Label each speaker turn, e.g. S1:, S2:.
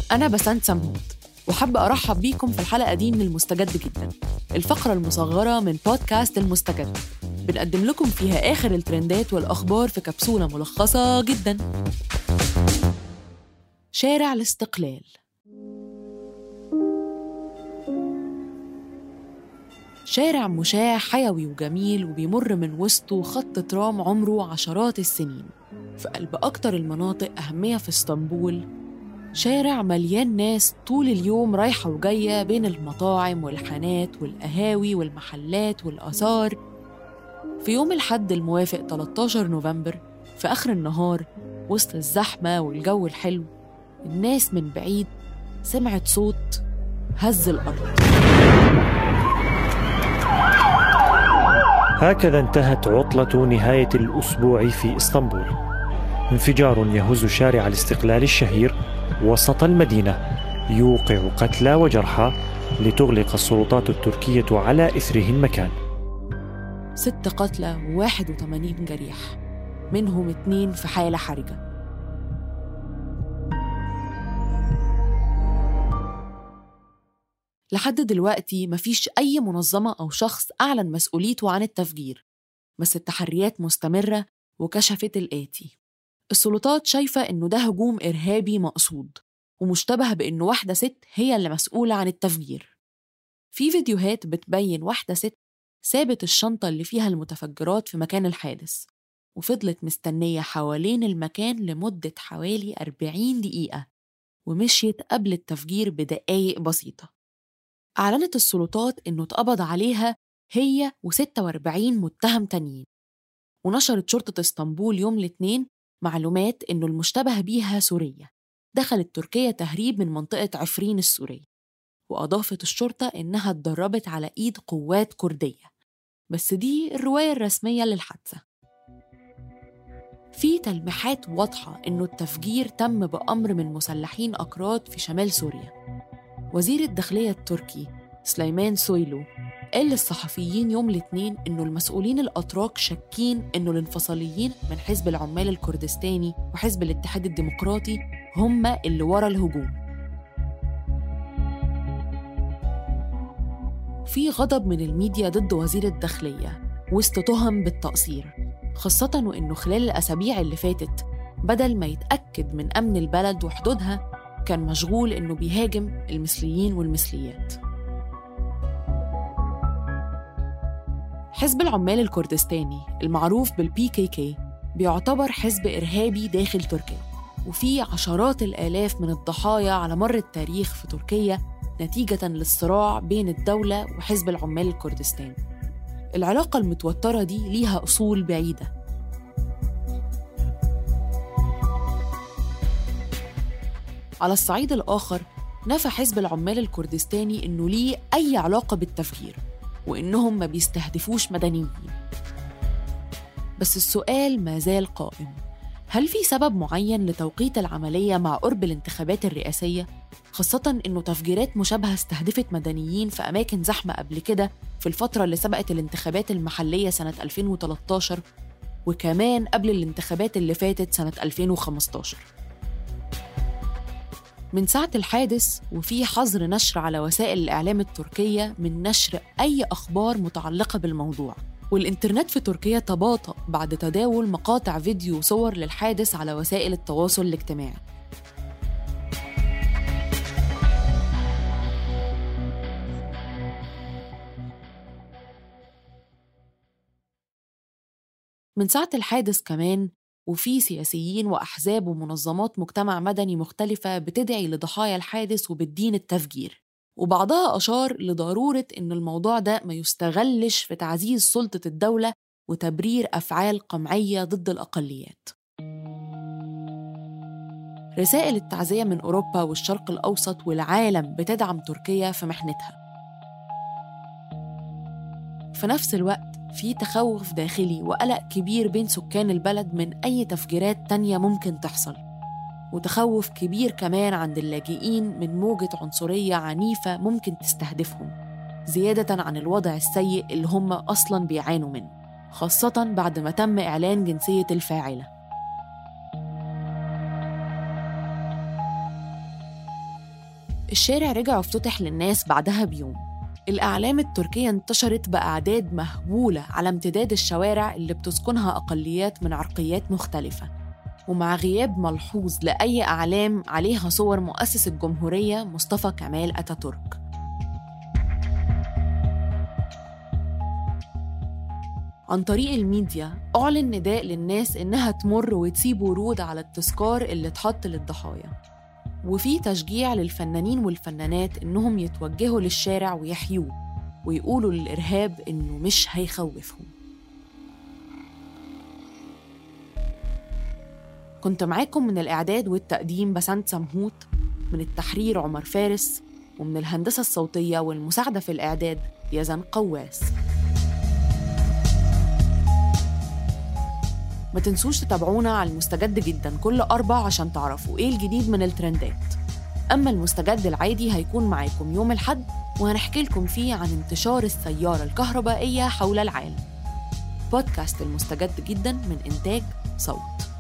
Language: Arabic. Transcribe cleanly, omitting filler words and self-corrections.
S1: أنا بسنت سمهوت، وحابة أرحب بيكم في الحلقة دي من المستجد جداً، الفقرة المصغرة من بودكاست المستجد. بنقدم لكم فيها آخر الترندات والأخبار في كبسولة ملخصة جداً. شارع الاستقلال. شارع مشاع حيوي وجميل، وبيمر من وسطه خط ترام عمره عشرات السنين في قلب أكتر المناطق أهمية في اسطنبول. شارع مليان ناس طول اليوم رايحة وجاية بين المطاعم والحانات والقهاوي والمحلات والآثار. في يوم الحد الموافق 13 نوفمبر في آخر النهار، وسط الزحمة والجو الحلو، الناس من بعيد سمعت صوت هز الأرض.
S2: هكذا انتهت عطلة نهاية الأسبوع في إسطنبول. انفجار يهز شارع الاستقلال الشهير وسط المدينة يوقع قتلى وجرحى، لتغلق السلطات التركية على إثره المكان.
S1: 6 قتلى و81 جريح، منهم 2 في حالة حرجة. لحد دلوقتي مفيش أي منظمة أو شخص أعلن مسؤوليته عن التفجير، بس التحريات مستمرة وكشفت الآتي: السلطات شايفة إنه ده هجوم إرهابي مقصود، ومشتبه بإنه واحدة ست هي اللي مسؤولة عن التفجير. في فيديوهات بتبين واحدة ست سابت الشنطة اللي فيها المتفجرات في مكان الحادث، وفضلت مستنية حوالين المكان لمدة حوالي 40 دقيقة، ومشيت قبل التفجير بدقايق بسيطة. أعلنت السلطات إنه اتقبض عليها هي و46 متهم تانيين. ونشرت شرطة اسطنبول يوم الاثنين معلومات إنه المشتبه بيها سورية دخلت تركيا تهريب من منطقة عفرين السورية. وأضافت الشرطة إنها اتدربت على إيد قوات كردية، بس دي الرواية الرسمية للحادثة. في تلميحات واضحة إنه التفجير تم بأمر من مسلحين أكراد في شمال سوريا. وزير الداخلية التركي سليمان سويلو قال للصحفيين يوم الاثنين إنه المسؤولين الأتراك شاكين إنه الانفصاليين من حزب العمال الكردستاني وحزب الاتحاد الديمقراطي هم اللي ورا الهجوم. في غضب من الميديا ضد وزير الداخلية وسط تهم بالتقصير، خاصة وإنه خلال الأسابيع اللي فاتت بدل ما يتأكد من أمن البلد وحدودها كان مشغول إنه بيهاجم المثليين والمثليات. حزب العمال الكردستاني المعروف بالPKK بيعتبر حزب إرهابي داخل تركيا، وفيه عشرات الآلاف من الضحايا على مر التاريخ في تركيا نتيجة للصراع بين الدولة وحزب العمال الكردستاني. العلاقة المتوترة دي ليها أصول بعيدة. على الصعيد الآخر، نفى حزب العمال الكردستاني إنه ليه أي علاقة بالتفجير، وإنهم ما بيستهدفوش مدنيين. بس السؤال ما زال قائم: هل في سبب معين لتوقيت العملية مع قرب الانتخابات الرئاسية؟ خاصة إنه تفجيرات مشابهة استهدفت مدنيين في أماكن زحمة قبل كده في الفترة اللي سبقت الانتخابات المحلية سنة 2013، وكمان قبل الانتخابات اللي فاتت سنة 2015. من ساعة الحادث وفي حظر نشر على وسائل الإعلام التركية من نشر أي أخبار متعلقة بالموضوع، والإنترنت في تركيا تباطأ بعد تداول مقاطع فيديو وصور للحادث على وسائل التواصل الاجتماعي. من ساعة الحادث كمان وفي سياسيين وأحزاب ومنظمات مجتمع مدني مختلفة بتدعي لضحايا الحادث وبتدين التفجير، وبعضها أشار لضرورة إن الموضوع ده ما يستغلش في تعزيز سلطة الدولة وتبرير أفعال قمعية ضد الأقليات. رسائل التعزية من أوروبا والشرق الأوسط والعالم بتدعم تركيا في محنتها. في نفس الوقت في تخوف داخلي وقلق كبير بين سكان البلد من أي تفجيرات تانية ممكن تحصل، وتخوف كبير كمان عند اللاجئين من موجة عنصرية عنيفة ممكن تستهدفهم، زيادة عن الوضع السيء اللي هم أصلاً بيعانوا منه، خاصة بعد ما تم إعلان جنسية الفاعلة. الشارع رجع وفتتح للناس بعدها بيوم. الأعلام التركية انتشرت بأعداد مهولة على امتداد الشوارع اللي بتسكنها أقليات من عرقيات مختلفة، ومع غياب ملحوظ لأي أعلام عليها صور مؤسس الجمهورية مصطفى كمال أتاتورك. عن طريق الميديا أعلن نداء للناس إنها تمر وتسيب ورود على التذكار اللي اتحط للضحايا، وفي تشجيع للفنانين والفنانات إنهم يتوجهوا للشارع ويحيوه ويقولوا للإرهاب إنه مش هيخوفهم. كنت معاكم من الإعداد والتقديم بسنت سمهوت، من التحرير عمر فارس، ومن الهندسة الصوتية والمساعدة في الإعداد يزن قواس. ما تنسوش تتابعونا على المستجد جدا كل 4 عشان تعرفوا إيه الجديد من الترندات. أما المستجد العادي هيكون معاكم يوم الأحد، وهنحكي لكم فيه عن انتشار السيارة الكهربائية حول العالم. بودكاست المستجد جدا من إنتاج صوت.